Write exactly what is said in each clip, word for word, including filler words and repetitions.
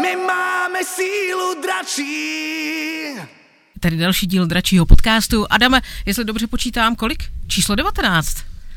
My máme sílu dračí. Tady další díl dračího podcastu. Adame, jestli dobře počítám, kolik? Číslo devatenáct.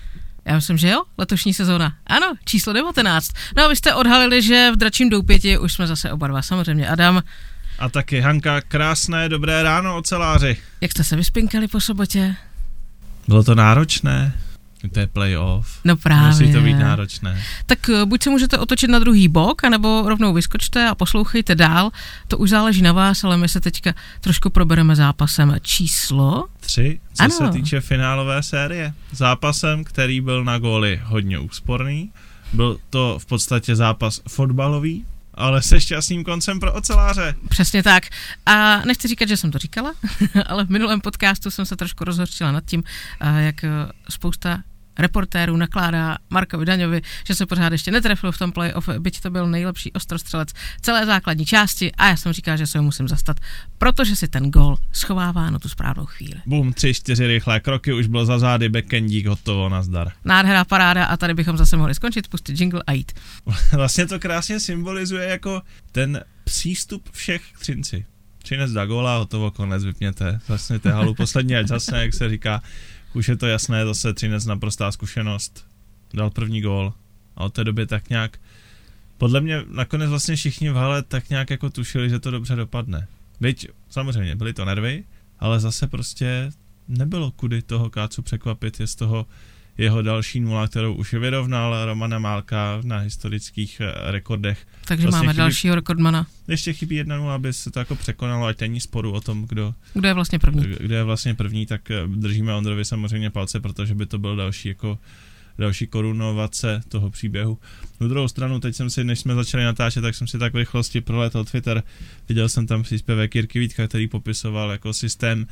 Já myslím, že jo, letošní sezóna. Ano, číslo devatenáct. No a vy jste odhalili, že v dračím doupěti už jsme zase oba dva, samozřejmě. Adam. A taky Hanka, krásné, dobré ráno, oceláři. Jak jste se vyspinkali po sobotě? Bylo to náročné? To je playoff. No právě. Musí to být náročné. Tak buď se můžete otočit na druhý bok, anebo rovnou vyskočte a poslouchejte dál. To už záleží na vás, ale my se teďka trošku probereme zápasem číslo Tři, co ano. se týče finálové série. Zápasem, který byl na góly hodně úsporný. Byl to v podstatě zápas fotbalový, ale se šťastným koncem pro oceláře. Přesně tak. A nechci říkat, že jsem to říkala, ale v minulém podcastu jsem se trošku rozhorčila nad tím, jak spousta reportérů nakládá Markovi Daňovi, že se pořád ještě netrefil v tom playoff, byť to byl nejlepší ostrostřelec celé základní části a já jsem říkal, že se ho musím zastat, protože si ten gól schovává na tu správnou chvíli. Bum, tři, čtyři rychlé kroky, už byl za zády, backendík, hotovo, nazdar. Nádhera, paráda a tady bychom zase mohli skončit, pustit jingle a jít. Vlastně to krásně symbolizuje jako ten přístup všech k Třinci. Třinec dá góla, hotovo, konec, vypněte, zasněte halu, poslední ať zasne, jak se říká. Už je to jasné, zase Třinec naprostá zkušenost, dal první gól a od té doby tak nějak, podle mě nakonec vlastně všichni v hale tak nějak jako tušili, že to dobře dopadne. Byť samozřejmě byly to nervy, ale zase prostě nebylo kudy toho Kácu překvapit, je z toho jeho další nula, kterou už vyrovnal Romana Málka na historických rekordech. Takže vlastně máme chybí, dalšího rekordmana. Ještě chybí jedna nula, aby se to jako překonalo, ať není sporu o tom, kdo, kdo je vlastně první. Kdo je vlastně první, tak držíme Ondrovi samozřejmě palce, protože by to byl další jako další korunovace toho příběhu. Na druhou stranu, teď jsem si, než jsme začali natáčet, tak jsem si tak v rychlosti proletěl Twitter. Viděl jsem tam příspěvek Jirky Vítka, který popisoval jako systém,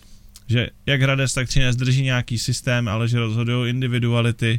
že jak Hradec, tak Třinec drží nějaký systém, ale že rozhodují individuality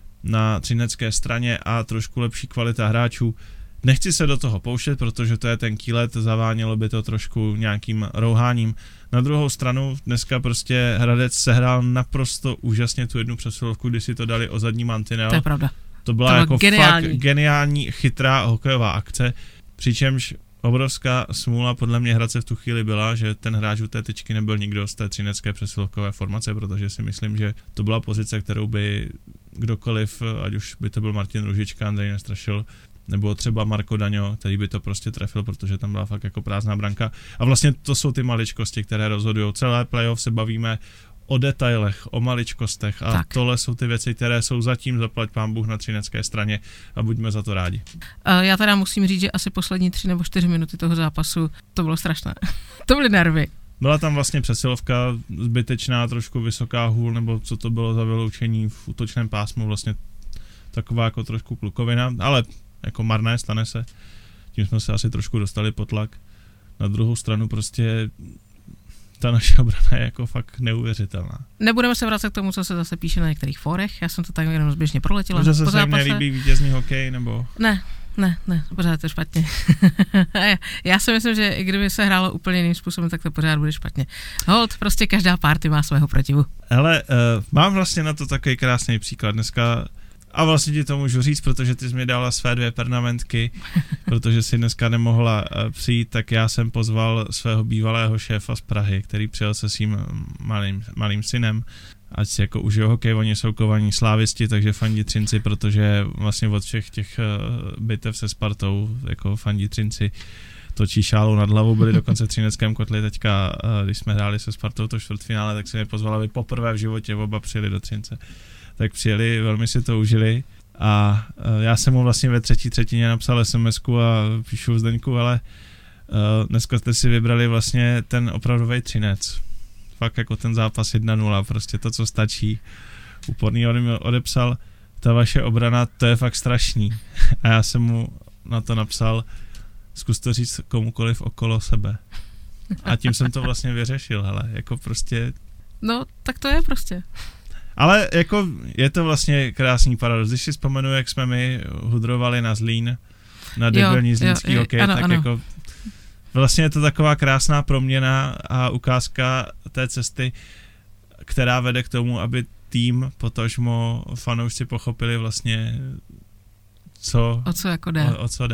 na třinecké straně a trošku lepší kvalita hráčů. Nechci se do toho pouštět, protože to je ten kýlet, zavánělo by to trošku nějakým rouháním. Na druhou stranu dneska prostě Hradec sehrál naprosto úžasně tu jednu přesilovku, kdy si to dali o zadní mantinel. To je pravda. To byla to jako geniální. fakt geniální, chytrá hokejová akce, přičemž obrovská smůla podle mě Hradce v tu chvíli byla, že ten hráč u té tyčky nebyl nikdo z té třinecké přesilovkové formace, protože si myslím, že to byla pozice, kterou by kdokoliv, ať už by to byl Martin Růžička, Andrej Nestrašil, nebo třeba Marko Daňo, který by to prostě trefil, protože tam byla fakt jako prázdná branka. A vlastně to jsou ty maličkosti, které rozhodují. Celé playoff se bavíme o detailech, o maličkostech a tak. Tohle jsou ty věci, které jsou zatím, zaplať pán Bůh, na třinecké straně a buďme za to rádi. Já teda musím říct, že asi poslední tři nebo čtyři minuty toho zápasu to bylo strašné. To byly nervy. Byla tam vlastně přesilovka zbytečná, trošku vysoká hůl, nebo co to bylo za vyloučení v útočném pásmu, vlastně taková jako trošku klukovina, ale jako marné, stane se. Tím jsme se asi trošku dostali pod tlak. Na druhou stranu prostě ta naše obrana je jako fakt neuvěřitelná. Nebudeme se vracet k tomu, co se zase píše na některých fórech, já jsem to tak jenom zběžně proletěla. Že se jim nelíbí vítězný hokej, nebo? Ne, ne, ne, pořád je to špatně. Já si myslím, že i kdyby se hrálo úplně jiným způsobem, tak to pořád bude špatně. Hold, prostě každá party má svého protivu. Hele, uh, mám vlastně na to takový krásný příklad dneska. A vlastně ti to můžu říct, protože ty jsi mi dala své dvě pernamentky, protože si dneska nemohla uh, přijít, tak já jsem pozval svého bývalého šéfa z Prahy, který přijel se svým malým, malým synem, ať si jako užijou hokej, oni jsou kovaní slávisti, takže fandí Třinci, protože vlastně od všech těch uh, bitev se Spartou, jako fandí Třinci, točí šálou nad hlavou, byli dokonce v Třineckém kotli teďka, uh, když jsme hráli se Spartou to čtvrtfinále, tak se mě pozval, aby poprvé v životě oba přijeli do Třince. Tak přijeli, velmi si to užili a uh, já jsem mu vlastně ve třetí třetině napsal SMSku a píšu Zdeňku, ale uh, dneska jste si vybrali vlastně ten opravdový Třinec. Fakt jako ten zápas jedna nula, prostě to, co stačí. Úporný on mi odepsal, ta vaše obrana, to je fakt strašný. A já jsem mu na to napsal, zkus to říct komukoliv okolo sebe. A tím jsem to vlastně vyřešil, hele, jako prostě... No, tak to je prostě. Ale jako je to vlastně krásný paradox. Když si vzpomenu, jak jsme my hudrovali na Zlín, na debilní zlínský hokej, tak ano. Jako vlastně je to taková krásná proměna a ukázka té cesty, která vede k tomu, aby tým, potažmo fanoušci pochopili vlastně, co, o co jako jde. O, o co jde.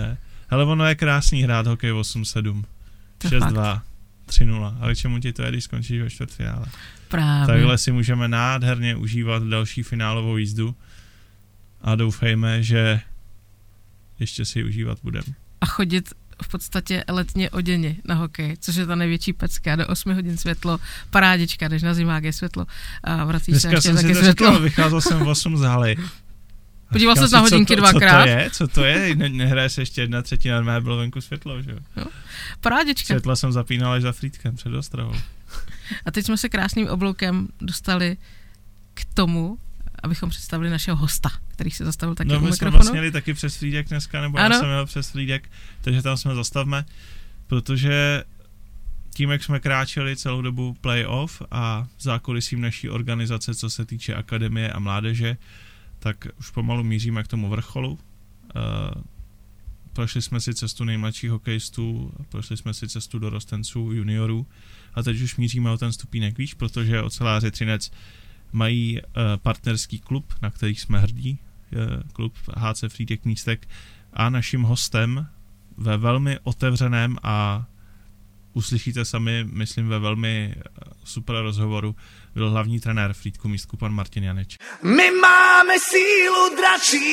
Hele, ono je krásný hrát hokej osm sedm, šest dva, tři nula, ale čemu ti to je, když skončíš ve čtvrtfinále? Právě. Takhle si můžeme nádherně užívat další finálovou jízdu a doufejme, že ještě si ji užívat budeme. A chodit v podstatě letně oděni na hokej, což je ta největší pecka, do osmi hodin světlo, parádička, jdeš na zimák, je světlo a vracíš se ještě taky světlo. Říkal, vycházel jsem v osm z haly. Podíval se na hodinky co to, dvakrát. Co to je? Co to je? Ne, nehraje se ještě jedna třetina, normálně bylo venku světlo, že jo? Parádička. Světlo jsem zapínal až za Frýdkem před Ostravou. A teď jsme se krásným obloukem dostali k tomu, abychom představili našeho hosta, který se zastavil taky no, u mikrofonu. No my jsme vlastně jeli taky přes Frýdek dneska, nebo ano. Já jsem jel přes Frýdek, takže tam jsme zastavme, protože tím, jak jsme kráčeli celou dobu playoff a zákulisím naší organizace, co se týče akademie a mládeže, tak už pomalu míříme k tomu vrcholu. Uh, prošli jsme si cestu nejmladších hokejistů, prošli jsme si cestu dorostenců, juniorů a teď už míříme o ten stupínek výš, protože oceláři Třinec mají uh, partnerský klub, na který jsme hrdí, uh, klub H C Frýdek Místek, a naším hostem ve velmi otevřeném a uslyšíte sami, myslím, ve velmi super rozhovoru byl hlavní trenér Frýdku Místku, pan Martin Janeč. My máme sílu dračí.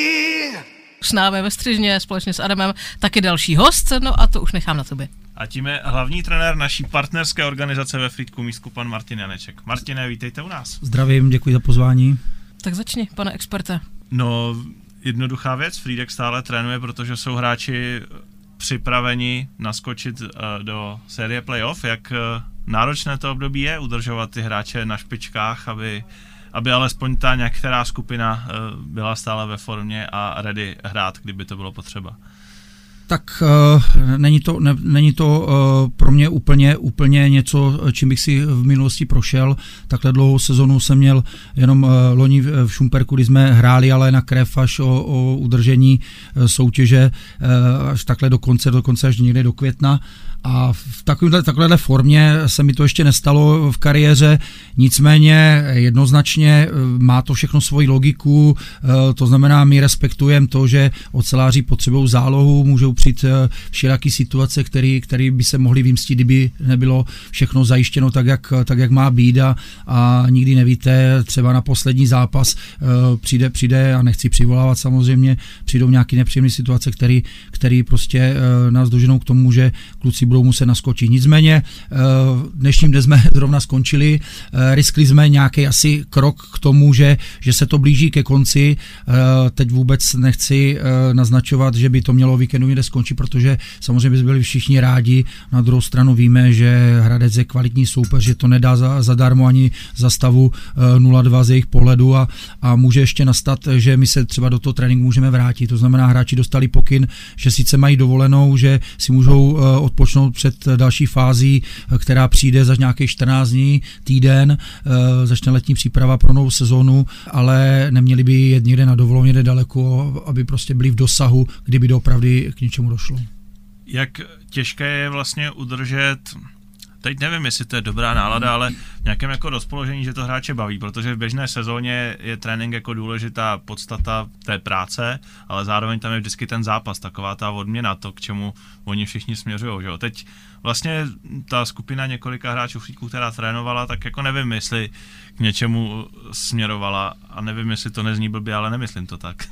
S námi ve Střižně společně s Adamem taky další host, no a to už nechám na tobě. A tím je hlavní trenér naší partnerské organizace ve Frýdku Místku, pan Martin Janeček. Martine, vítejte u nás. Zdravím, děkuji za pozvání. Tak začni, pane experte. No, jednoduchá věc, Frýdek stále trénuje, protože jsou hráči připraveni naskočit uh, do série playoff. Jak uh, náročné to období je udržovat ty hráče na špičkách, aby, aby alespoň ta některá skupina uh, byla stále ve formě a ready hrát, kdyby to bylo potřeba? Tak uh, není to, ne, není to uh, pro mě úplně, úplně něco, čím bych si v minulosti prošel. Takhle dlouhou sezonu jsem měl jenom uh, loni v Šumperku, kdy jsme hráli ale na krev až o, o udržení uh, soutěže uh, až takhle do konce, do konce až někde do května. A v takovéhle, takovéhle formě se mi to ještě nestalo v kariéře, nicméně jednoznačně má to všechno svoji logiku, to znamená, my respektujeme to, že oceláři potřebují zálohu, můžou přijít všelijaký situace, které, které by se mohly vymstit, kdyby nebylo všechno zajištěno tak, jak, tak, jak má být a, a nikdy nevíte, třeba na poslední zápas přijde, přijde a nechci přivolávat samozřejmě, přijdou nějaké nepříjemné situace, které, které prostě nás doženou k tomu, že kluci budou muset naskočit. Nicméně dnešním dne jsme zrovna skončili, riskli jsme nějaký asi krok k tomu, že, že se to blíží ke konci. Teď vůbec nechci naznačovat, že by to mělo víkendu někde skončit, protože samozřejmě by byli všichni rádi. Na druhou stranu víme, že Hradec je kvalitní soupeř, že to nedá za, zadarmo ani za stavu nula dva z jejich pohledu a, a může ještě nastat, že my se třeba do toho tréninku můžeme vrátit. To znamená, hráči dostali pokyn, že sice mají dovolenou, že si můžou odpočnout před další fází, která přijde za nějakých čtrnáct dní, týden, začne letní příprava pro novou sezónu, ale neměli by jet někde na dovolenou, někde daleko, aby prostě byli v dosahu, kdyby doopravdy k něčemu došlo. Jak těžké je vlastně udržet, teď nevím, jestli to je dobrá nálada, ale v nějakém jako rozpoložení, že to hráče baví, protože v běžné sezóně je trénink jako důležitá podstata té práce, ale zároveň tam je vždycky ten zápas, taková ta odměna, to, k čemu oni všichni směřují, že jo. Teď vlastně ta skupina několika hráčů Frýdku, která trénovala, tak jako nevím, jestli k něčemu směrovala a nevím, jestli to nezní blbě, ale nemyslím to tak.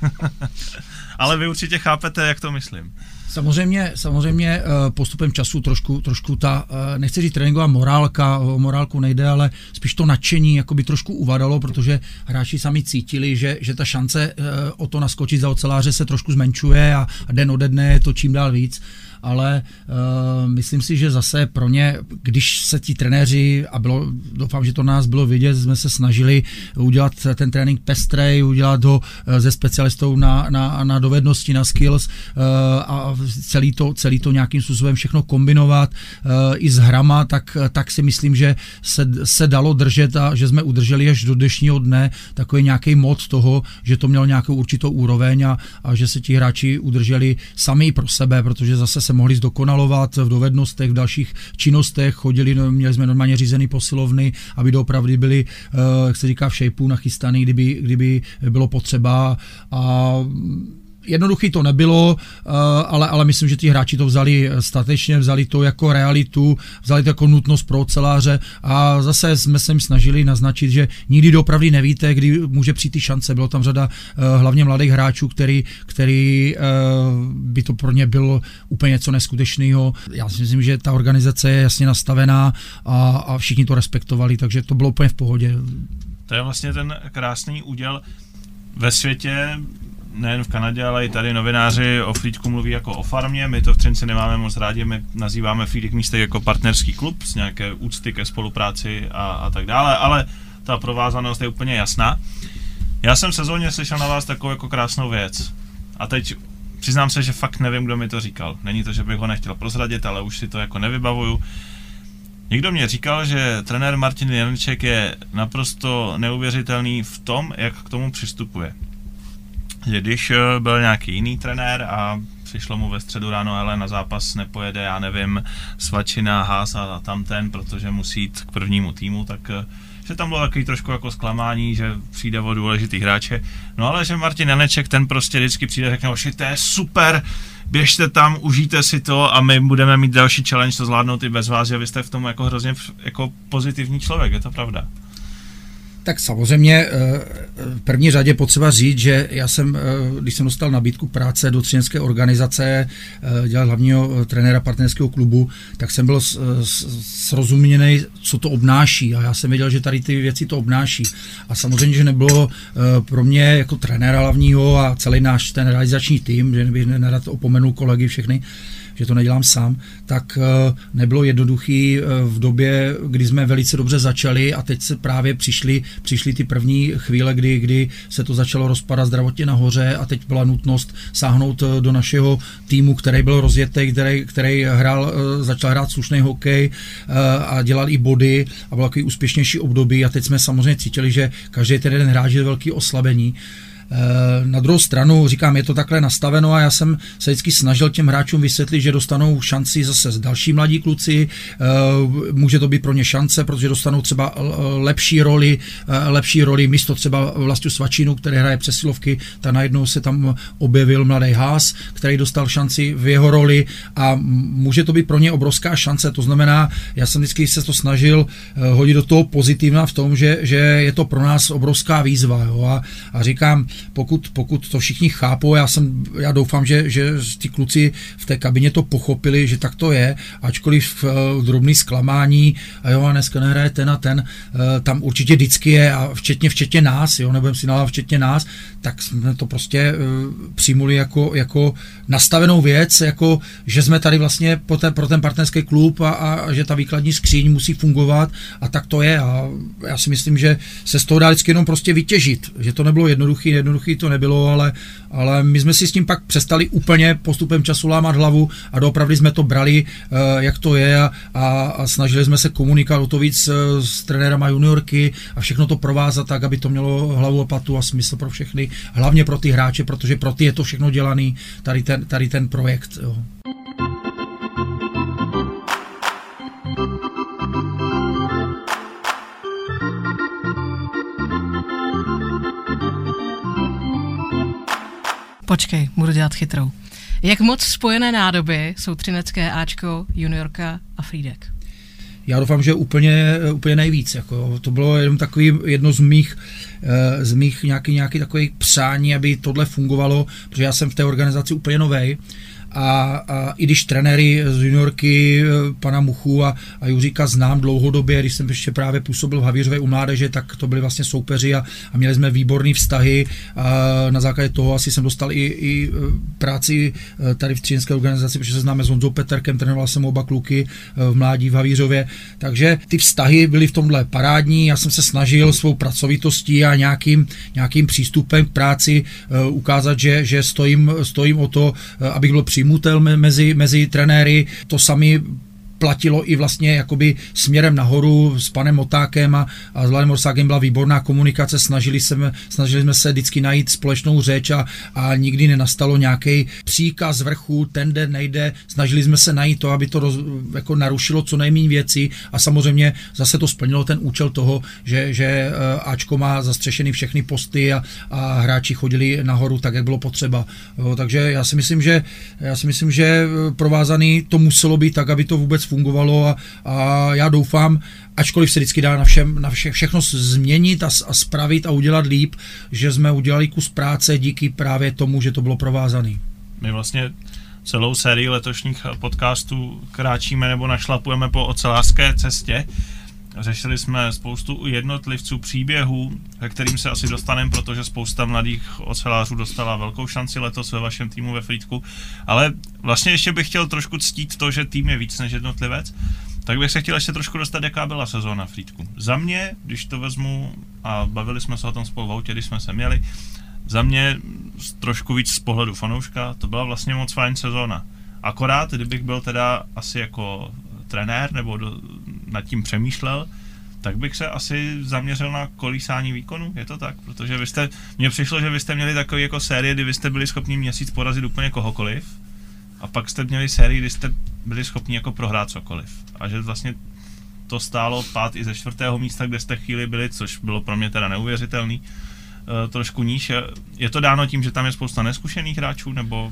Ale vy určitě chápete, jak to myslím. Samozřejmě, samozřejmě postupem času trošku, trošku ta, nechci říct tréninková morálka, o morálku nejde, ale spíš to nadšení jakoby trošku uvadalo, protože hráči sami cítili, že, že ta šance o to naskočit za oceláře se trošku zmenšuje a den ode dne je to čím dál víc. Ale uh, myslím si, že zase pro ně, když se ti trenéři, a bylo, doufám, že to nás bylo vidět, jsme se snažili udělat ten trénink pestrej, udělat ho uh, se specialistou na, na, na dovednosti, na skills uh, a celý to, celý to nějakým způsobem všechno kombinovat uh, i s hrama, tak, tak si myslím, že se, se dalo držet a že jsme udrželi až do dnešního dne takový nějaký mod toho, že to mělo nějakou určitou úroveň a, a že se ti hráči udrželi sami pro sebe, protože zase se mohli zdokonalovat v dovednostech, v dalších činnostech, chodili, no, měli jsme normálně řízený posilovny, aby doopravdy byli, uh, jak se říká, v shapeu nachystaný, kdyby, kdyby bylo potřeba a Jednoduchý to nebylo, ale, ale myslím, že ti hráči to vzali statečně, vzali to jako realitu, vzali to jako nutnost pro oceláře a zase jsme se jim snažili naznačit, že nikdy doopravdy nevíte, kdy může přijít ty šance. Bylo tam řada hlavně mladých hráčů, který, který by to pro ně bylo úplně něco neskutečného. Já si myslím, že ta organizace je jasně nastavená a, a všichni to respektovali, takže to bylo úplně v pohodě. To je vlastně ten krásný úděl ve světě, nejen v Kanadě, ale i tady novináři o Frýdku mluví jako o farmě, my to v Třinci nemáme moc rádi, my nazýváme Frýdek místek jako partnerský klub z nějaké úcty ke spolupráci a, a tak dále, ale ta provázanost je úplně jasná. Já jsem v sezóně slyšel na vás takovou jako krásnou věc a teď přiznám se, že fakt nevím, kdo mi to říkal. Není to, že bych ho nechtěl prozradit, ale už si to jako nevybavuju. Někdo mě říkal, že trenér Martin Janeček je naprosto neuvěřitelný v tom, jak k tomu přistupuje. Že když byl nějaký jiný trenér a přišlo mu ve středu ráno, ale na zápas nepojede, já nevím, Svačina, Haas a tamten, protože musí jít k prvnímu týmu, tak že tam bylo takový trošku jako zklamání, že přijde o důležitý hráče. No ale že Martin Janeček, ten prostě vždycky přijde a řekne, že to je super, běžte tam, užijte si to a my budeme mít další challenge to zvládnout i bez vás, že vy jste v tom jako hrozně jako pozitivní člověk, je to pravda? Tak samozřejmě v první řadě potřeba říct, že já jsem, když jsem dostal nabídku práce do třinecké organizace, dělal hlavního trenéra partnerského klubu, tak jsem byl srozuměný, co to obnáší a já jsem věděl, že tady ty věci to obnáší. A samozřejmě, že nebylo pro mě jako trenéra hlavního a celý náš ten realizační tým, že bych nerad opomenul kolegy všechny, že to nedělám sám, tak nebylo jednoduchý v době, kdy jsme velice dobře začali a teď se právě přišly, přišly ty první chvíle, kdy, kdy se to začalo rozpadat zdravotně nahoře a teď byla nutnost sáhnout do našeho týmu, který byl rozjetý, který, který hrál, začal hrát slušný hokej a dělal i body a byl takový úspěšnější období a teď jsme samozřejmě cítili, že každý ten jeden hráč je velký oslabení. Na druhou stranu, říkám, je to takhle nastaveno a já jsem se vždycky snažil těm hráčům vysvětlit, že dostanou šanci zase z další mladí kluci, může to být pro ně šance, protože dostanou třeba lepší roli, lepší roli místo třeba Vlastu Svačinu, který hraje přesilovky, ta najednou se tam objevil mladý Haas, který dostal šanci v jeho roli a může to být pro ně obrovská šance, to znamená, já jsem vždycky se to snažil hodit do toho pozitivna v tom, že, že je to pro nás obrovská výzva, jo, a, a říkám, Pokud, pokud to všichni chápou, já, jsem, já doufám, že, že ty kluci v té kabině to pochopili, že tak to je, ačkoliv uh, drobný zklamání, a jo, a dneska nehraje ten a ten, uh, tam určitě vždycky je, a včetně, včetně nás, jo, nebudem si nalávat včetně nás, tak jsme to prostě uh, přijmuli jako, jako nastavenou věc, jako, že jsme tady vlastně pro ten, pro ten partnerský klub a, a že ta výkladní skříň musí fungovat a tak to je a já si myslím, že se z toho dá vždycky jenom prostě vytěžit, že to nebylo jednoduchý, jednoduchý to nebylo, ale, ale my jsme si s tím pak přestali úplně postupem času lámat hlavu a doopravdy jsme to brali, jak to je a, a snažili jsme se komunikovat o to víc s trenérama juniorky a všechno to provázat tak, aby to mělo hlavu a patu a smysl pro všechny, hlavně pro ty hráče, protože pro ty je to všechno dělaný, tady ten, tady ten projekt. Jo. Počkej, budu dělat chytrou. Jak moc spojené nádoby jsou třinecké Ačko, juniorka a Frýdek? Já doufám, že úplně, úplně nejvíc. Jako, to bylo jenom takový jedno z mých, z mých nějaký, nějaký takový přání, aby tohle fungovalo, protože já jsem v té organizaci úplně novej. A, a i když trenéry z juniorky pana Muchu a, a Juříka znám dlouhodobě, když jsem ještě právě působil v Havířově u mládeže, tak to byli vlastně soupeři a, a měli jsme výborný vztahy a na základě toho asi jsem dostal i, i práci tady v třinecké organizaci, protože se známe s Honzou Peterkem, trénoval jsem oba kluky v mládí v Havířově, takže ty vztahy byly v tomhle parádní, já jsem se snažil svou pracovitostí a nějakým, nějakým přístupem k práci ukázat, že, že stojím, stojím o to, abych byl přijmutel mezi, mezi trenéry. To sami platilo i vlastně jakoby směrem nahoru s panem Motákem a, a s Vladem Orsákem byla výborná komunikace, snažili jsme, snažili jsme se vždycky najít společnou řeč a, a nikdy nenastalo nějaký příkaz vrchu, ten den nejde, snažili jsme se najít to, aby to roz, jako narušilo co nejméně věcí a samozřejmě zase to splnilo ten účel toho, že, že Ačko má zastřešený všechny posty a, a hráči chodili nahoru tak, jak bylo potřeba. Jo, takže já si myslím, že já si myslím, že provázaný to muselo být tak, aby to vůbec fungovalo a, a já doufám, ačkoliv se vždycky dá na, všem, na vše, všechno změnit a, a spravit a udělat líp, že jsme udělali kus práce díky právě tomu, že to bylo provázaný. My vlastně celou sérii letošních podcastů kráčíme nebo našlapujeme po ocelářské cestě. Řešili jsme spoustu jednotlivců, příběhů, ke kterým se asi dostaneme, protože spousta mladých ocelářů dostala velkou šanci letos ve vašem týmu ve Frýdku. Ale vlastně ještě bych chtěl trošku ctít to, že tým je víc než jednotlivec, tak bych se chtěl ještě trošku dostat, jaká byla sezóna v Frýdku. Za mě, když to vezmu, a bavili jsme se o tom spolu v autě, když jsme se měli, za mě trošku víc z pohledu fanouška, to byla vlastně moc fajn sezóna. Akorát, kdybych byl teda asi jako trenér, nebo do, nad tím přemýšlel, tak bych se asi zaměřil na kolísání výkonu, je to tak? Protože vy jste, mně přišlo, že vy jste měli takový jako série, kdy vy jste byli schopni měsíc porazit úplně kohokoliv a pak jste měli sérii, kdy jste byli schopni jako prohrát cokoliv. A že vlastně to stálo pát i ze čtvrtého místa, kde jste chvíli byli, což bylo pro mě teda neuvěřitelný, e, trošku níž. Je to dáno tím, že tam je spousta neskušených hráčů, nebo...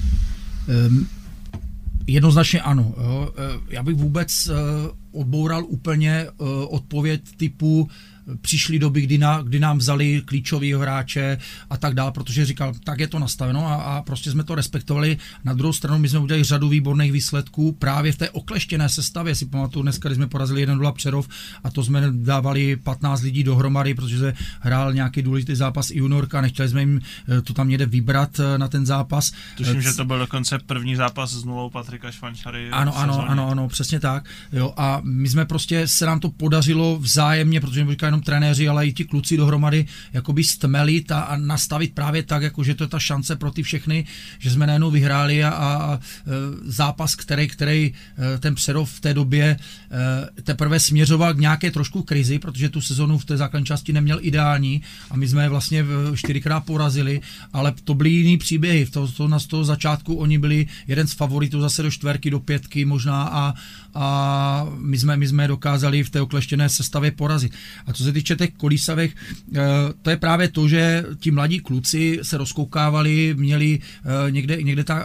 Um. Jednoznačně ano. Já bych vůbec odboural úplně odpověď typu přišly doby, kdy, na, kdy nám vzali klíčový hráče a tak dále, protože říkal, tak je to nastaveno a, a prostě jsme to respektovali. Na druhou stranu my jsme udělali řadu výborných výsledků právě v té okleštěné sestavě. Si pamatuju dneska, když jsme porazili jeden nula Přerov a to jsme dávali patnáct lidí dohromady, protože se hrál nějaký důležitý zápas i juniorka, nechtěli jsme jim to tam někde vybrat na ten zápas. Tuším, že to byl dokonce první zápas s nulou Patrika Švančary. Ano, ano, ano, ano, přesně tak. Jo, a my jsme prostě, se nám to podařilo vzájemně, protože říká jenom trenéři, ale i ti kluci dohromady jakoby stmelit a, a nastavit právě tak, jako že to je ta šance pro ty všechny, že jsme najednou vyhráli a, a zápas, který, který ten Přerov v té době teprve směřoval k nějaké trošku krizi, protože tu sezonu v té základní části neměl ideální a my jsme je vlastně čtyřikrát porazili, ale to byly jiný příběhy. To, to na z toho začátku oni byli jeden z favoritů zase do čtverky, do pětky možná a, a my jsme, my jsme dokázali v té okleštěné sestavě porazit. A co se týče těch kolísavek, to je právě to, že ti mladí kluci se rozkoukávali, měli někde, někde ta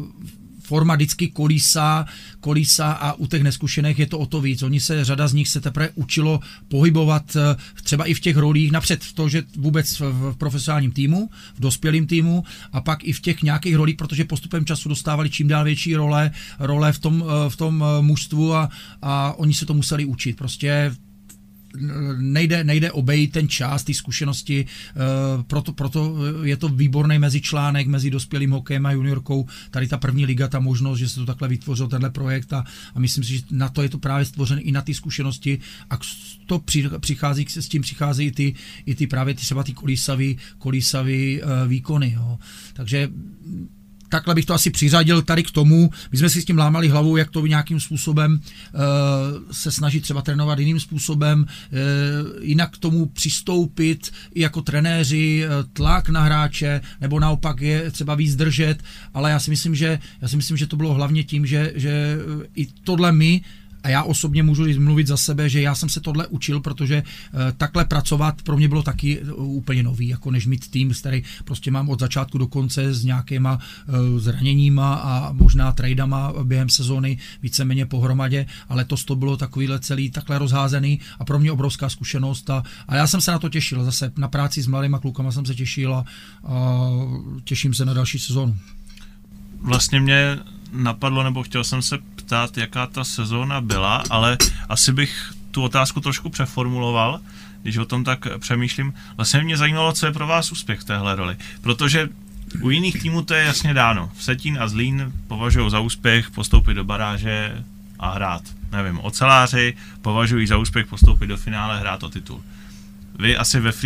forma vždycky kolísa, kolísa a u těch neskušených je to o to víc. Oni se, řada z nich se teprve učilo pohybovat třeba i v těch rolích, napřed to, že vůbec v profesionálním týmu, v dospělém týmu a pak i v těch nějakých rolích, protože postupem času dostávali čím dál větší role, role v tom, v tom mužstvu a, a oni se to museli učit. Prostě nejde, nejde obejít ten čas, ty zkušenosti, proto, proto je to výborný mezičlánek mezi dospělým hokejem a juniorkou. Tady ta první liga, ta možnost, že se to takhle vytvořil tenhle projekt a, a myslím si, že na to je to právě stvořené i na ty zkušenosti a to přichází, s tím přichází i ty, i ty právě ty, třeba ty kolísavý, kolísavý výkony. Jo. Takže takhle bych to asi přiřadil tady k tomu. My jsme si s tím lámali hlavou, jak to nějakým způsobem uh, se snažit třeba trénovat jiným způsobem, uh, jinak k tomu přistoupit i jako trenéři, uh, tlak na hráče, nebo naopak je třeba víc držet, ale já si myslím, že, já si myslím, že to bylo hlavně tím, že, že i tohle my a já osobně můžu mluvit za sebe, že já jsem se tohle učil, protože uh, takhle pracovat pro mě bylo taky uh, úplně nový, jako než mít tým, který prostě mám od začátku do konce s nějakýma uh, zraněníma a možná tradama během sezóny víceméně pohromadě, ale to to bylo takovýhle celý takhle rozházený a pro mě obrovská zkušenost a, a já jsem se na to těšil, zase na práci s mladýma klukama jsem se těšil a, a těším se na další sezónu. Vlastně mě napadlo, nebo chtěl jsem se ptát, jaká ta sezóna byla, ale asi bych tu otázku trošku přeformuloval, když o tom tak přemýšlím. Vlastně mě zajímalo, co je pro vás úspěch v téhle roli, protože u jiných týmů to je jasně dáno. Vsetín a Zlín považují za úspěch postoupit do baráže a hrát. Nevím, oceláři považují za úspěch postoupit do finále, hrát o titul. Vy asi ve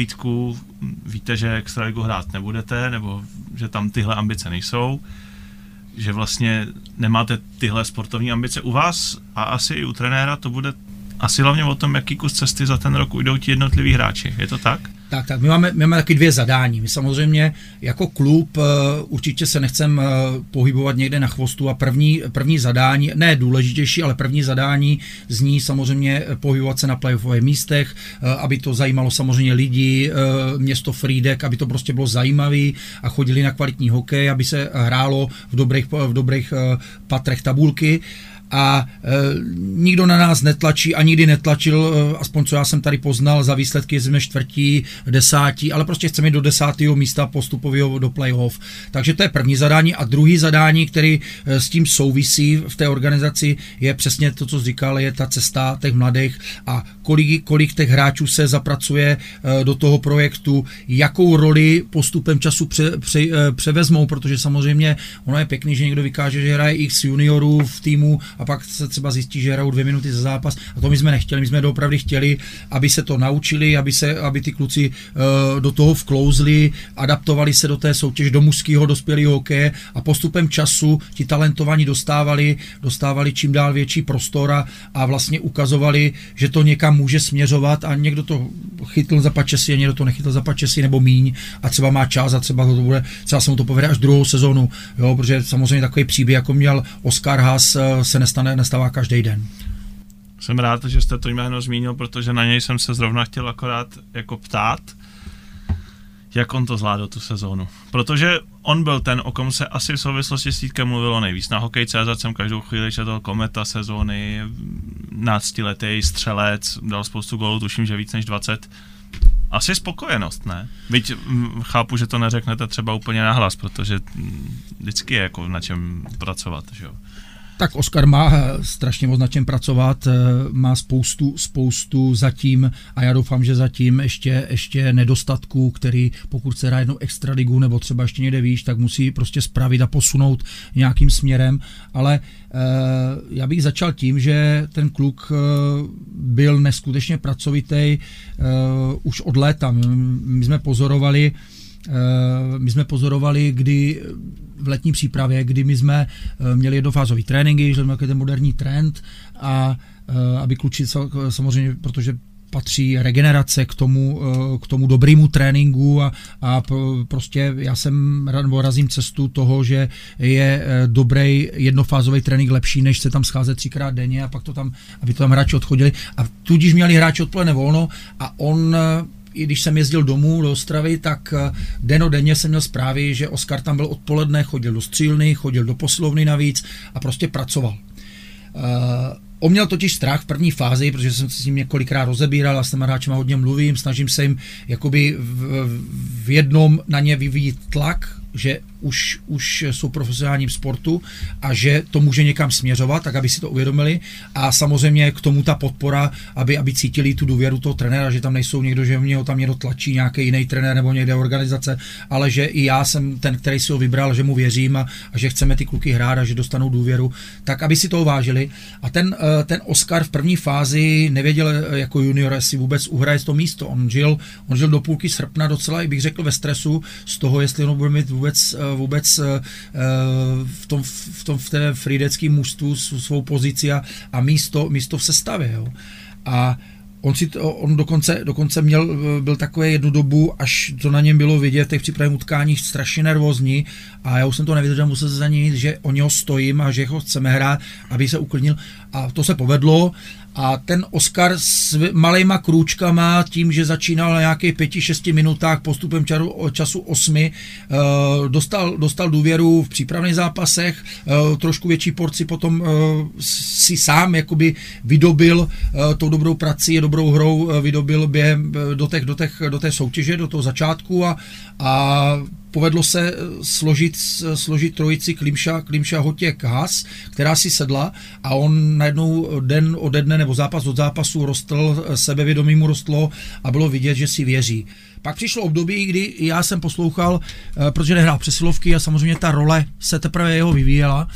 že vlastně nemáte tyhle sportovní ambice. U vás a asi i u trenéra to bude asi hlavně o tom, jaký kus cesty za ten rok ujdou ti jednotliví hráči. Je to tak? Tak, tak. My máme, my máme taky dvě zadání. My samozřejmě jako klub uh, určitě se nechceme uh, pohybovat někde na chvostu a první, první zadání, ne důležitější, ale první zadání zní samozřejmě pohybovat se na playoffových místech, uh, aby to zajímalo samozřejmě lidi, uh, město Frýdek, aby to prostě bylo zajímavý a chodili na kvalitní hokej, aby se hrálo v dobrých, v dobrých uh, patrech tabulky. A e, nikdo na nás netlačí a nikdy netlačil, e, aspoň co já jsem tady poznal, za výsledky jsme čtvrtí, desátí, ale prostě chceme do desátého místa postupového do playoff. Takže to je první zadání a druhý zadání, který e, s tím souvisí v té organizaci, je přesně to, co jsi říkal, je ta cesta těch mladých a kolik, kolik těch hráčů se zapracuje e, do toho projektu, jakou roli postupem času pře, pře, e, převezmou, protože samozřejmě ono je pěkný, že někdo vykáže, že hraje x juniorů v týmu a pak se třeba zjistí, že hrajou dvě minuty za zápas a to my jsme nechtěli, my jsme doopravdy chtěli, aby se to naučili, aby, se, aby ty kluci uh, do toho vklouzli, adaptovali se do té soutěže, do mužského dospělého hokeje a postupem času ti talentovaní dostávali, dostávali čím dál větší prostor a, a vlastně ukazovali, že to někam může směřovat a někdo to chytl za pačesy a někdo to nechytl za pačesy nebo míň a třeba má čas a třeba to bude, třeba se mu to povede až druhou sezonu, jo, protože samozřejmě takový příběh, jako měl Oskar Haas, se nestane, nestává každý den. Jsem rád, že jste to jméno zmínil, protože na něj jsem se zrovna chtěl akorát jako ptát, jak on to zvládl tu sezónu. Protože on byl ten, o kom se asi v souvislosti s Týdkem mluvilo nejvíc. Na hokej tečka cé zet jsem každou chvíli četl kometa sezóny, náctiletý střelec, dal spoustu gólů, tuším, že víc než dvacet. Asi spokojenost, ne? Byť chápu, že to neřeknete třeba úplně nahlas, protože vždycky je jako na čem pracovat, že jo? Tak Oskar má strašně moc na čem pracovat, má spoustu, spoustu zatím a já doufám, že zatím ještě, ještě nedostatků, který pokud se hraje jednou extraligu nebo třeba ještě někde výš, tak musí prostě spravit a posunout nějakým směrem, ale eh, já bych začal tím, že ten kluk eh, byl neskutečně pracovitý eh, už od léta. My, my jsme pozorovali My jsme pozorovali, kdy v letní přípravě, kdy my jsme měli jednofázový tréninky, že jsme ten moderní trend a aby kluci samozřejmě, protože patří regenerace k tomu, k tomu dobrému tréninku a, a prostě já jsem razím cestu toho, že je dobrý jednofázový trénink lepší, než se tam scházet třikrát denně a pak to tam, aby to tam hráči odchodili a tudíž měli hráči odpoledne volno a on i když jsem jezdil domů do Ostravy, tak denodenně jsem měl zprávy, že Oskar tam byl odpoledne, chodil do střílny, chodil do posilovny navíc a prostě pracoval. Uh, on měl totiž strach v první fázi, protože jsem se s ním několikrát rozebíral a s těma hráčima hodně mluvím, snažím se jim jakoby v, v jednom na ně vyvíjet tlak, že už, už jsou profesionálním sportu a že to může někam směřovat, tak aby si to uvědomili a samozřejmě k tomu ta podpora, aby, aby cítili tu důvěru toho trenéra, že tam nejsou někdo, že mě ho tam někdo tlačí, nějaký jiný trenér nebo někde organizace, ale že i já jsem ten, který si ho vybral, že mu věřím a, a že chceme ty kluky hrát a že dostanou důvěru, tak aby si to uvážili. A ten, ten Oskar v první fázi nevěděl jako junior, jestli vůbec uhraje to místo. On žil, on žil do půlky srpna docela, i bych řekl, ve stresu z toho, jestli on bude mít vůbec, vůbec v tom, v tom v té frýdeckém mužstvu svou pozici a, a místo, místo v sestavě. Jo. A on, si to, on dokonce, dokonce měl, byl takový jednu dobu, až to na něm bylo vidět v těch připravených utkáních strašně nervózní a já už jsem to nevydržel, musel se za něj jít, že o něho stojím a že ho chceme hrát, aby se uklidnil a to se povedlo. A ten Oskar s malejma krůčkama, tím, že začínal na nějakých pěti, šesti minutách, postupem čaru, času osmi, dostal, dostal důvěru v přípravných zápasech, trošku větší porci potom si sám jakoby vydobil tou dobrou prací, dobrou hrou, vydobil během do, těch, do, těch, do té soutěže, do toho začátku a, a povedlo se složit, složit trojici Klimša, Klimša Hotěk Haas, která si sedla a on najednou den ode dne nebo zápas od zápasu rostl, sebevědomí mu rostlo a bylo vidět, že si věří. Pak přišlo období, kdy já jsem poslouchal, protože nehrál přesilovky a samozřejmě ta role se teprve jeho vyvíjela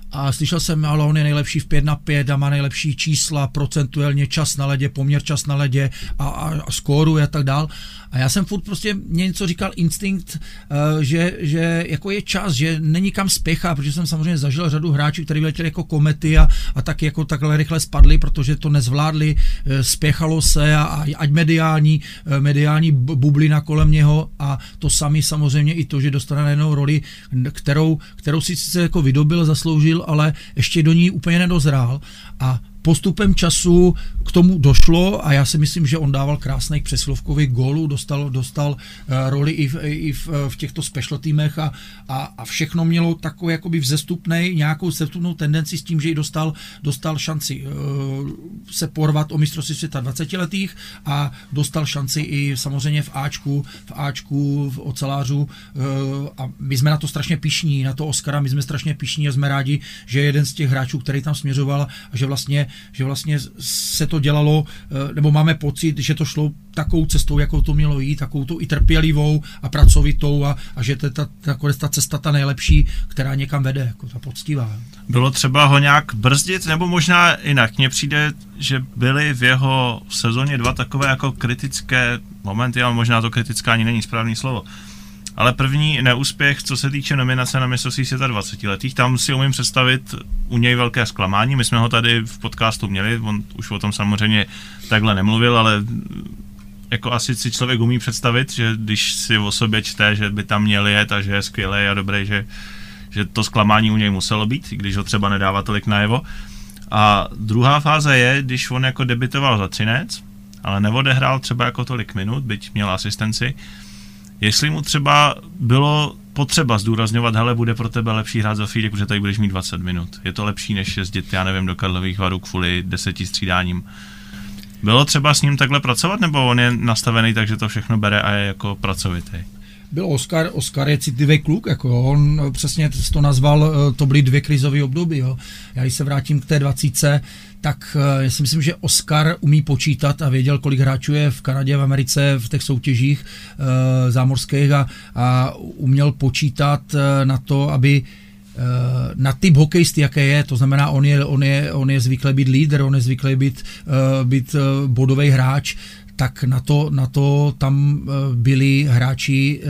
a slyšel jsem, ale on je nejlepší v pět na pět a má nejlepší čísla, procentuálně čas na ledě, poměr čas na ledě a, a, a skóruje a tak dál. A já jsem furt prostě, mě něco říkal instinkt, uh, že, že jako je čas, že není kam spěchat, protože jsem samozřejmě zažil řadu hráčů, kteří vyletěli jako komety a, a tak jako takhle rychle spadli, protože to nezvládli, uh, spěchalo se a, a ať mediální, uh, mediální bublina kolem něho a to sami samozřejmě i to, že dostane na jednou roli, kterou, kterou si sice jako vydobil, zasloužil, ale ještě do ní úplně nedozrál a postupem času k tomu došlo a já si myslím, že on dával krásných přesilovkových gólů, dostal, dostal uh, roli i v, i v, v těchto special týmech a, a, a všechno mělo takový jakoby vzestupnej, nějakou vzestupnou tendenci s tím, že i dostal, dostal šanci uh, se porvat o mistrovství světa dvacetiletých a dostal šanci i samozřejmě v Ačku, v Ačku, v ocelářu uh, a my jsme na to strašně pyšní, na to Oscara, my jsme strašně pyšní a jsme rádi, že jeden z těch hráčů, který tam směřoval a že vlastně že vlastně se to dělalo, nebo máme pocit, že to šlo takovou cestou, jakou to mělo jít, takovou to i trpělivou a pracovitou a, a že to je ta, ta, ta cesta ta nejlepší, která někam vede, jako ta poctivá. Bylo třeba ho nějak brzdit, nebo možná jinak? Mně přijde, že byly v jeho sezóně dva takové jako kritické momenty, ale možná to kritická ani není správný slovo. Ale první neúspěch, co se týče nominace na mistrovství světa dvacetiletých, tam si umím představit u něj velké zklamání. My jsme ho tady v podcastu měli, on už o tom samozřejmě takhle nemluvil, ale jako asi si člověk umí představit, že když si o sobě čte, že by tam měl jet a že je skvělý a dobrý, že, že to zklamání u něj muselo být, když ho třeba nedává tolik najevo. A druhá fáze je, když on jako debitoval za Třinec, ale neodehrál třeba jako tolik minut, byť měl asistenci, jestli mu třeba bylo potřeba zdůrazňovat, hele, bude pro tebe lepší hrát za Frýdek, protože tady budeš mít dvacet minut. Je to lepší, než jezdit, já nevím, do Karlových Varů kvůli deseti střídáním. Bylo třeba s ním takhle pracovat, nebo on je nastavený tak, že to všechno bere a je jako pracovitý? Byl Oskar, Oskar je citlivý kluk, jako on přesně to nazval, to byly dvě krizové období. Jo. Já když se vrátím k té dvacítce, tak já si myslím, že Oskar umí počítat a věděl, kolik hráčů je v Kanadě, v Americe, v těch soutěžích e, zámořských a, a uměl počítat na to, aby na typ hokejisty, jaké je, to znamená, on je, on je, on je zvyklý být lídr, on je zvyklý být, být bodový hráč, tak na to, na to tam byli hráči e,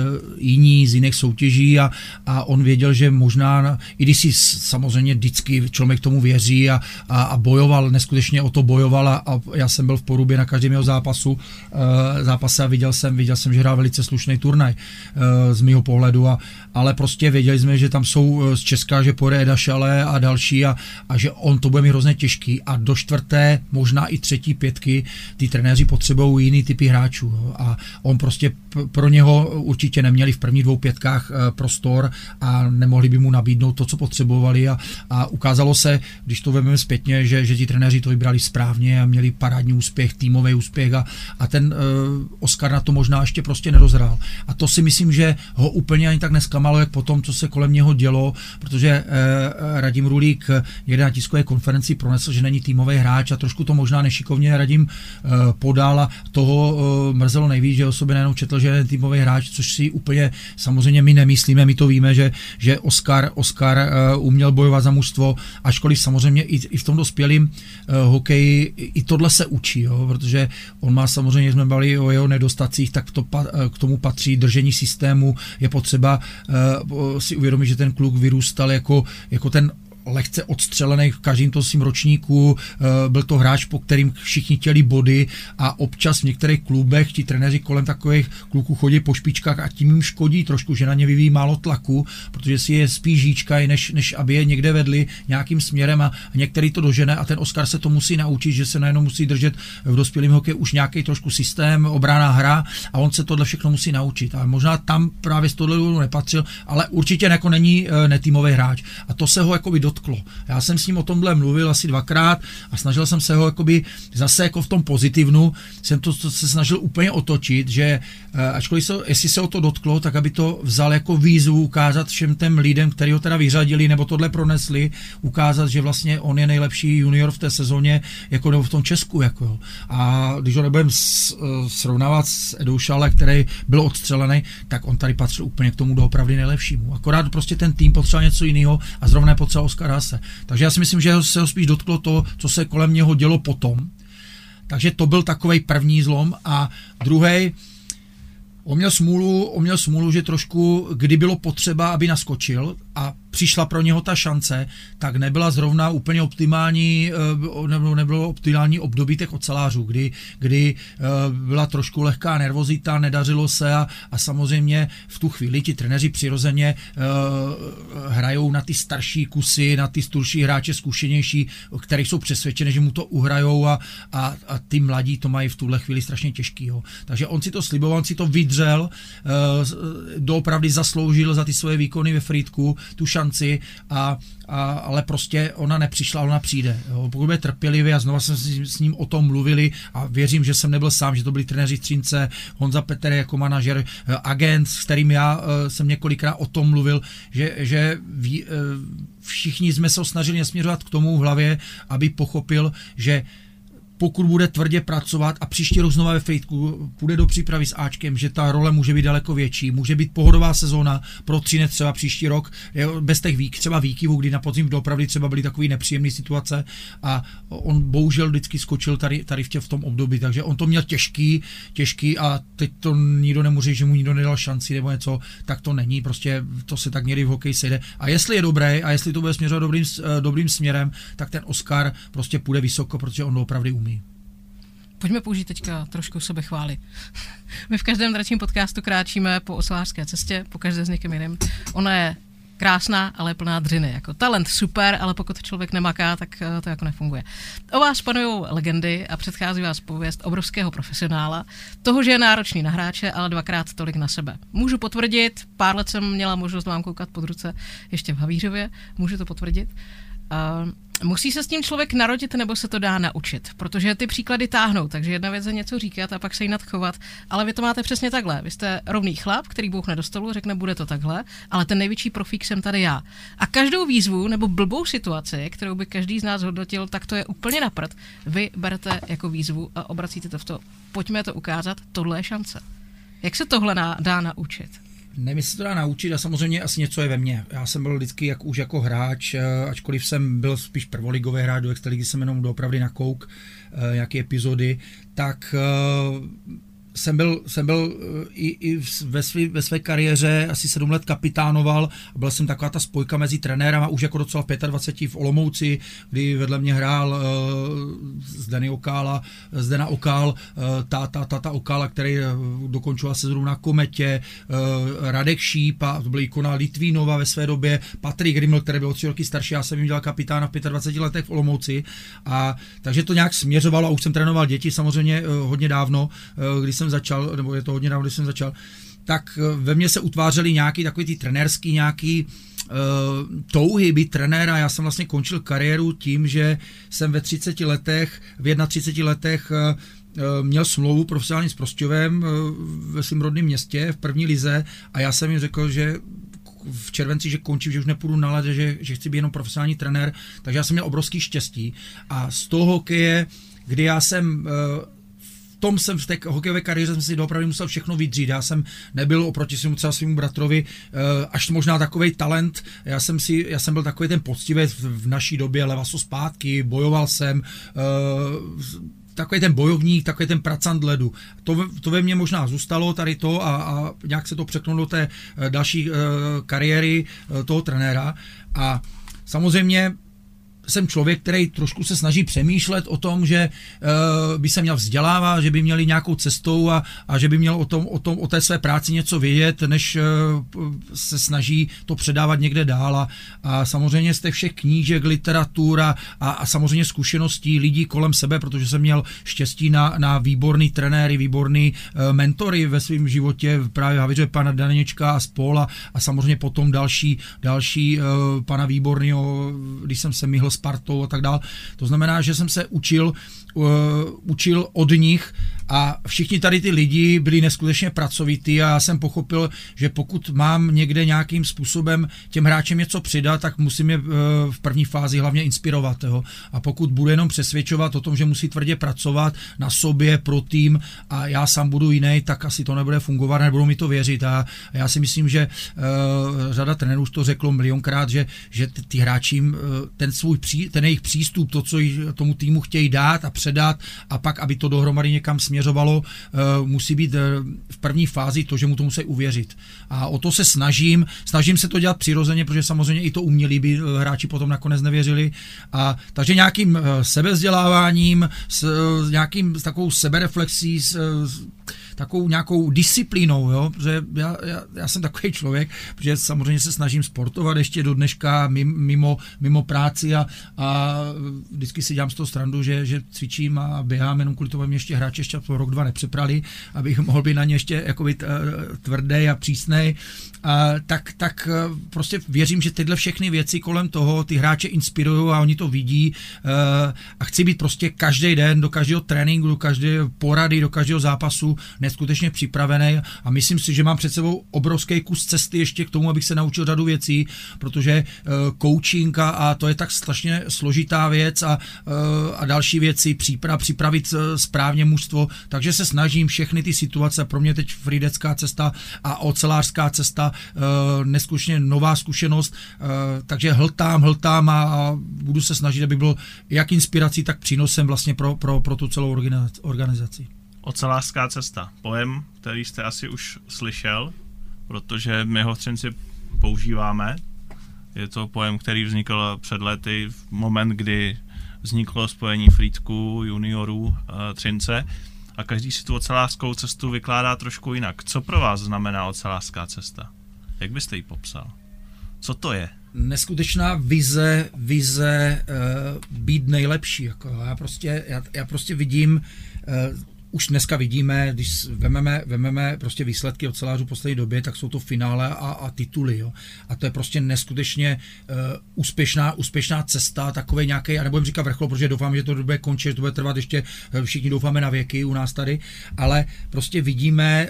jiní z jiných soutěží a, a on věděl, že možná, i když si samozřejmě vždycky člověk tomu věří a, a, a bojoval, neskutečně o to bojoval a, a já jsem byl v Porubě na každém jeho zápasu, e, zápase a viděl jsem, viděl jsem, že hrál velice slušný turnaj e, z mýho pohledu, a, ale prostě věděli jsme, že tam jsou z Česka, že pojede Eda Šale a další a, a že on to bude mít hrozně těžký a do čtvrté, možná i třetí pětky ty trenéři potřebují jiný typy hráčů. Jo. A on prostě pro něho určitě neměli v prvních dvou pětkách prostor a nemohli by mu nabídnout to, co potřebovali a, a ukázalo se, když to vezmeme zpětně, že, že ti trenéři to vybrali správně a měli parádní úspěch, týmový úspěch a, a ten uh, Oskar na to možná ještě prostě nedozrál. A to si myslím, že ho úplně ani tak nesklamalo, jak po tom, co se kolem něho dělo, protože uh, Radim Rulík někde na tiskové konferenci pronesl, že není týmový hráč a trošku to možná nešikovně Radim uh, podal a toho uh, mrzelo nejvíc, že o sobě najednou četl, že je týmový hráč, což si úplně samozřejmě my nemyslíme, my to víme, že, že Oskar, Oskar uh, uměl bojovat za mužstvo, ačkoliv samozřejmě i, i v tom dospělém uh, hokeji i tohle se učí, jo, protože on má samozřejmě, jsme bavili o jeho nedostacích, tak to, k tomu patří držení systému, je potřeba uh, si uvědomit, že ten kluk vyrůstal jako, jako ten lehce odstřelený v každém tom svým ročníku, byl to hráč, po kterým všichni chtěli body a občas v některých klubech ti trenéři kolem takových kluků chodí po špičkách a tím jim škodí trošku, že na ně vyvíjí málo tlaku, protože si je spíš žíčkají, než, než aby je někde vedli nějakým směrem a některý to dožene a ten Oskar se to musí naučit, že se najednou musí držet v dospělém hokeji už nějaký trošku systém, obranná hra a on se tohle všechno musí naučit a možná tam právě z tohle důvodu nepatřil, ale určitě jako není netýmový hráč a to se ho jakoby dotklo. Já jsem s ním o tomhle mluvil asi dvakrát a snažil jsem se ho jakoby zase jako v tom pozitivnu, jsem to, to se snažil úplně otočit, že ačkoliv se, jestli se o to dotklo, tak aby to vzal jako výzvu ukázat všem těm lidem, kteří ho teda vyřadili nebo tohle pronesli, ukázat, že vlastně on je nejlepší junior v té sezóně jako nebo v tom Česku. Jako. A když ho nebudeme srovnávat s Edou Šale, který byl odstřelený, tak on tady patřil úplně k tomu doopravdy nejlepšímu. Akorát prostě ten tým potřeboval něco jiného a zrovna potřeboval Oskara Oskara Haase. Takže já si myslím, že se ho spíš dotklo to, co se kolem něho dělo potom. Takže to byl takovej první zlom a druhej, on měl smůlu, on měl smůlu, že trošku, kdy bylo potřeba, aby naskočil a přišla pro něho ta šance, tak nebyla zrovna úplně optimální, nebo nebylo optimální období těch ocelářů, kdy, kdy byla trošku lehká nervozita, nedařilo se a, a samozřejmě v tu chvíli ti trenéři přirozeně uh, hrajou na ty starší kusy, na ty starší hráče zkušenější, který jsou přesvědčeni, že mu to uhrajou a, a, a ty mladí to mají v tuhle chvíli strašně těžký. Jo. Takže on si to sliboval, on si to vydřel, uh, doopravdy zasloužil za ty svoje výkony ve Frýdku tu šanci, a, a, ale prostě ona nepřišla, ona přijde. Jo. Pokud bude trpělivý a znova jsme s, s ním o tom mluvili a věřím, že jsem nebyl sám, že to byli trenéři Třince, Honza Petr jako manažer, agent, s kterým já uh, jsem několikrát o tom mluvil, že, že ví, uh, všichni jsme se snažili nasměřovat k tomu v hlavě, aby pochopil, že pokud bude tvrdě pracovat a příští rok znova ve Frýdku půjde do přípravy s Ačkem, že ta role může být daleko větší, může být pohodová sezóna pro Třinec třeba příští rok, bez těch výk, třeba výkyvů, kdy na podzim doopravdy třeba byly takové nepříjemné situace a on bohužel vždycky skočil tady, tady v, tě, v tom období, takže on to měl těžký, těžký a teď to nikdo nemůže, že mu nikdo nedal šanci nebo něco, tak to není, prostě to se tak někdy v hokeji sejde. A jestli je dobré a jestli to bude směřovat dobrým, dobrým směrem, tak ten Oskar prostě půjde vysoko, protože on opravdu umí. Pojďme použít teďka trošku sebechvály. My v každém dračím podcastu kráčíme po ocelářské cestě, po každé s někým jiným. Ona je krásná, ale je plná dřiny. Jako talent super, ale pokud člověk nemaká, tak to jako nefunguje. O vás panují legendy a předchází vás pověst obrovského profesionála, toho, že je náročný na hráče, ale dvakrát tolik na sebe. Můžu potvrdit, pár let jsem měla možnost vám koukat pod ruce ještě v Havířově, můžu to potvrdit. Uh, musí se s tím člověk narodit, nebo se to dá naučit, protože ty příklady táhnou, takže jedna věc je něco říkat a pak se jinak chovat, ale vy to máte přesně takhle. Vy jste rovný chlap, který bouchne do stolu, řekne, bude to takhle, ale ten největší profík jsem tady já. A každou výzvu nebo blbou situaci, kterou by každý z nás hodnotil, tak to je úplně na prd. Vy berete jako výzvu a obracíte to v to. Pojďme to ukázat, tohle je šance. Jak se tohle dá naučit? Nevím, se to dá naučit a samozřejmě asi něco je ve mně. Já jsem byl vždycky jak, už jako hráč, ačkoliv jsem byl spíš prvoligový hráč, do extraligy jsem jenom doopravdy na kouk, nějaké epizody, tak jsem byl, jsem byl i, i ve, svý, ve své kariéře asi sedm let kapitánoval a byl jsem taková ta spojka mezi trenérama, už jako docela v dvaceti pěti v Olomouci, kdy vedle mě hrál uh, Zdeny Okála, Zdena Okál, uh, táta, táta Okála, který dokončoval sezónu na Kometě, uh, Radek Šíp, a to byl ikona Litvínova ve své době, Patrik Riml, který byl o tři roky starší, já jsem jim dělal kapitána v dvaceti pěti letech v Olomouci, a takže to nějak směřovalo a už jsem trénoval děti samozřejmě uh, hodně dávno, uh, když jsem začal, nebo je to hodně dávno, když jsem začal, tak ve mně se utvářely nějaký takový ty trenérský nějaký uh, touhy být trenéra. Já jsem vlastně končil kariéru tím, že jsem ve třiceti letech, v třiceti jedněch letech uh, měl smlouvu profesionální s Prostějovem uh, ve svém rodném městě v první lize a já jsem jim řekl, že v červenci, že končím, že už nepůjdu na led, že, že chci být jenom profesionální trenér, takže já jsem měl obrovský štěstí a z toho hokeje, kdy já jsem uh, tom jsem v té hokejové kariéře jsem si doopravdy musel všechno vydřít. Já jsem nebyl oproti svému třeba svému bratrovi až možná takovej talent. Já jsem si, já jsem byl takový ten poctivý v naší době, levaso zpátky, bojoval jsem, takový ten bojovník, takový ten pracant ledu. To, to ve mně možná zůstalo tady to a, a nějak se to překnulo do té další kariéry toho trenéra. A samozřejmě jsem člověk, který trošku se snaží přemýšlet o tom, že uh, by se měl vzdělávat, že by měli nějakou cestou a, a že by měl o tom, o tom, o té své práci něco vědět, než uh, se snaží to předávat někde dál. A, a samozřejmě z těch všech knížek, literatura a, a samozřejmě zkušeností lidí kolem sebe, protože jsem měl štěstí na, na výborný trenéry, výborný uh, mentory ve svém životě, právě Havíře, pana Daněčka a spol a, a samozřejmě potom další, další uh, pana Výborného, když jsem se myhl Spartou a tak dál. To znamená, že jsem se učil, uh, učil od nich A všichni tady ty lidi byli neskutečně pracovitý a já jsem pochopil, že pokud mám někde nějakým způsobem těm hráčem něco přidat, tak musím je v první fázi hlavně inspirovat. Jo. A pokud budu jenom přesvědčovat o tom, že musí tvrdě pracovat na sobě, pro tým a já sám budu jiný, tak asi to nebude fungovat, nebudou mi to věřit. A já si myslím, že uh, řada trenérů už to řeklo milionkrát, že, že ty, ty hráči uh, ten svůj pří, ten jejich přístup, to, co tomu týmu chtějí dát a předat a pak, aby to dohromady někam směřovalo, uh, musí být uh, v první fázi to, že mu to musí uvěřit. A o to se snažím, snažím se to dělat přirozeně, protože samozřejmě i to umělí by hráči potom nakonec nevěřili. A takže nějakým uh, sebevzděláváním, s, uh, nějakým s takovou sebereflexí, s, s takovou nějakou disciplínou, jo, protože já, já, já jsem takový člověk, protože samozřejmě se snažím sportovat ještě do dneška mimo, mimo práci a, a vždycky si dělám z toho srandu, že, že cvičím a běhám jenom kvůli tomu, aby mě ještě hráči ještě rok, dva nepřeprali, abych mohl být na ně ještě jakoby tvrdý a přísnej. A tak, tak prostě věřím, že tyhle všechny věci kolem toho ty hráče inspirují a oni to vidí a chci být prostě každý den do každého tréninku, do každé porady, do každého zápasu neskutečně připravený a myslím si, že mám před sebou obrovský kus cesty ještě k tomu, abych se naučil řadu věcí, protože uh, coaching a, a to je tak strašně složitá věc a, uh, a další věci, příprav, připravit uh, správně mužstvo, takže se snažím všechny ty situace, pro mě teď frýdecká cesta a ocelářská cesta, uh, neskutečně nová zkušenost, uh, takže hltám, hltám a, a budu se snažit, aby byl jak inspirací, tak přínosem vlastně pro, pro, pro tu celou organizaci. Ocelářská cesta. Pojem, který jste asi už slyšel, protože my ho v Třinci používáme. Je to pojem, který vznikl před lety v moment, kdy vzniklo spojení Frýdku, juniorů e, Třince a každý si tu ocelářskou cestu vykládá trošku jinak. Co pro vás znamená ocelářská cesta? Jak byste ji popsal? Co to je? Neskutečná vize, vize e, být nejlepší. Jako. Já, prostě, já, já prostě vidím e, už dneska vidíme, když vememe, vememe prostě výsledky ocelářů v poslední době, tak jsou to finále a, a tituly. Jo. A to je prostě neskutečně uh, úspěšná, úspěšná cesta, takový nějaký, já nebudem říkat vrchol, protože doufám, že to bude končit, že to bude trvat ještě, všichni doufáme na věky u nás tady, ale prostě vidíme,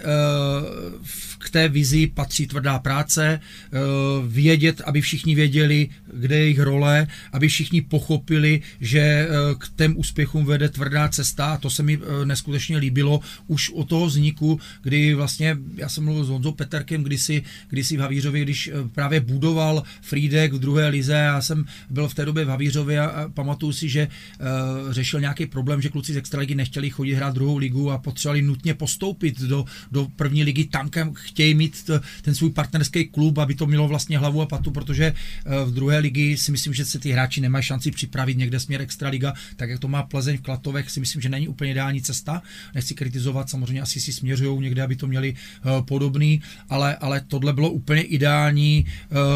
uh, k té vizi patří tvrdá práce, uh, vědět, aby všichni věděli, kde je jejich role, aby všichni pochopili, že uh, k těm úspěchům vede tvrdá cesta a to se mi uh, neskutečně líbilo už od toho vzniku, kdy vlastně, já jsem mluvil s Honzou Peterkem kdysi, kdysi v Havířově, když právě budoval Frýdek v druhé lize, já jsem byl v té době v Havířově a pamatuju si, že uh, řešil nějaký problém, že kluci z extraligy nechtěli chodit hrát druhou ligu a potřebovali nutně postoupit do, do první ligy, tam chtějí mít t, ten svůj partnerský klub, aby to mělo vlastně hlavu a patu, protože uh, v druhé ligy si myslím, že se ty hráči nemají šanci připravit někde směr extraliga, tak jak to má Plzeň v Klatovech, si myslím, že není úplně ideální cesta. Nechci kritizovat, samozřejmě asi si směřují někde, aby to měli uh, podobný, ale, ale tohle bylo úplně ideální,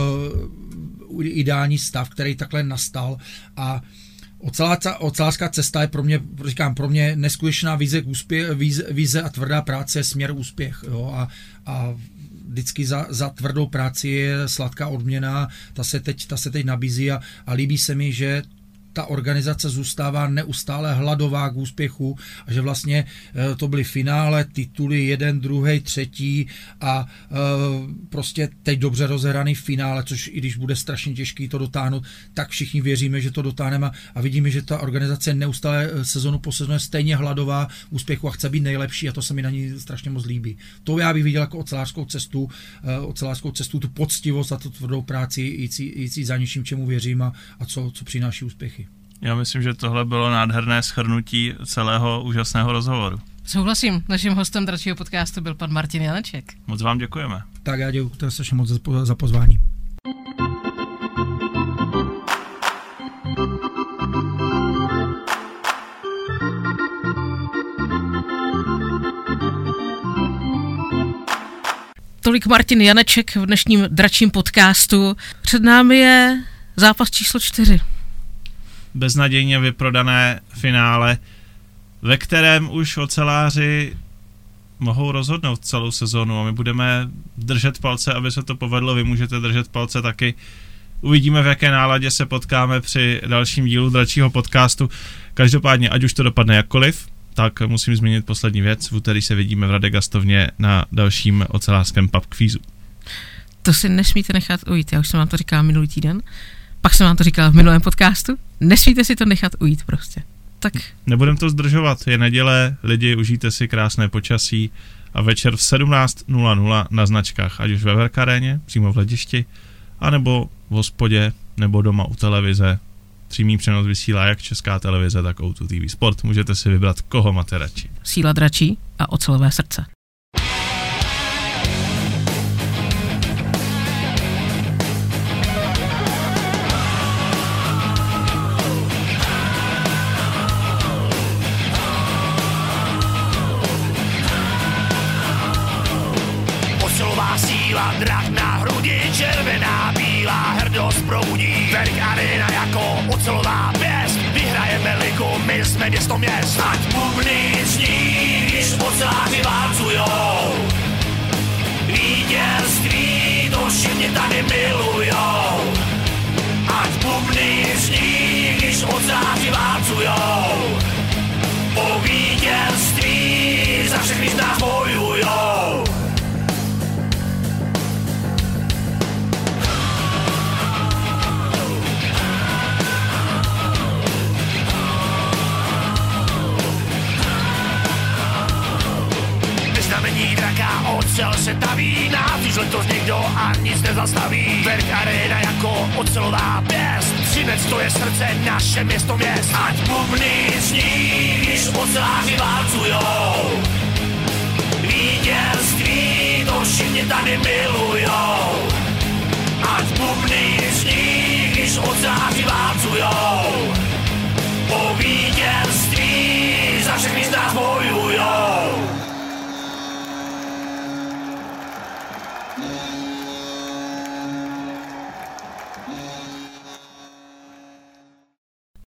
uh, ideální stav, který takhle nastal a ocelářská cesta je pro mě, říkám, pro mě neskutečná vize, úspěch, vize, vize a tvrdá práce, směr úspěch. Jo? A, a vždycky za, za tvrdou práci je sladká odměna, ta se teď, ta se teď nabízí a, a líbí se mi, že ta organizace zůstává neustále hladová k úspěchu a že vlastně to byly finále, tituly, jeden, druhý, třetí a e, prostě teď dobře rozehraný finále, což i když bude strašně těžký to dotáhnout, tak všichni věříme, že to dotáhneme a, a vidíme, že ta organizace neustále sezonu po sezóně stejně hladová úspěchu a chce být nejlepší a to se mi na ní strašně moc líbí. To já bych viděl jako ocelářskou cestu, e, ocelářskou cestu, tu poctivost a tu tvrdou práci, jící, jící za něčím, čemu věřím a, a co, co přináší úspěchy. Já myslím, že tohle bylo nádherné shrnutí celého úžasného rozhovoru. Souhlasím, naším hostem dračího podcastu byl pan Martin Janeček. Moc vám děkujeme. Tak já děkuji strašně moc za pozvání. Tolik Martin Janeček v dnešním dračím podcastu. Před námi je zápas číslo čtyři. Beznadějně vyprodané finále, ve kterém už oceláři mohou rozhodnout celou sezonu a my budeme držet palce, aby se to povedlo, vy můžete držet palce taky. Uvidíme, v jaké náladě se potkáme při dalším dílu dračího podcastu. Každopádně, ať už to dopadne jakkoliv, tak musím zmínit poslední věc. V úterý se vidíme v Radegасtovně na dalším ocelářském pub kvízu. To si nesmíte nechat ujít, já už jsem vám to říkala minulý týden, pak jsem vám to říkala v minulém podcastu, nesmíte si to nechat ujít prostě. Tak. Nebudem to zdržovat, je neděle, lidi, užijte si krásné počasí a večer v sedmnáct nula nula na značkách, ať už ve Verkaréně, přímo v hledišti, anebo v hospodě, nebo doma u televize. Přímý přenos vysílá jak Česká televize, tak O dva T V Sport. Můžete si vybrat, koho máte radši. Síla dračí a ocelové srdce. Ocelová síla, drak na hrudi, červená, bílá, hrdost proudí. Verk Arena jako ocelová pěst, vyhrajeme ligu, my jsme město měst. Ať bubny zní, když oceláři válcujou. Vítězství, to všichni tady milujou. Ať bubny zní, když oceláři válcujou. Po vítězství za všechny z nás bojujou. Znamení draka, ocel se taví, nás už letos někdo a nic nezastaví. Verk Arena jako ocelová pěst, Třinec to je srdce, naše město měst. Ať bubny zní, když oceláři válcujou. Vítězství, to všichni tady milujou. Ať bubny zní, když oceláři válcujou.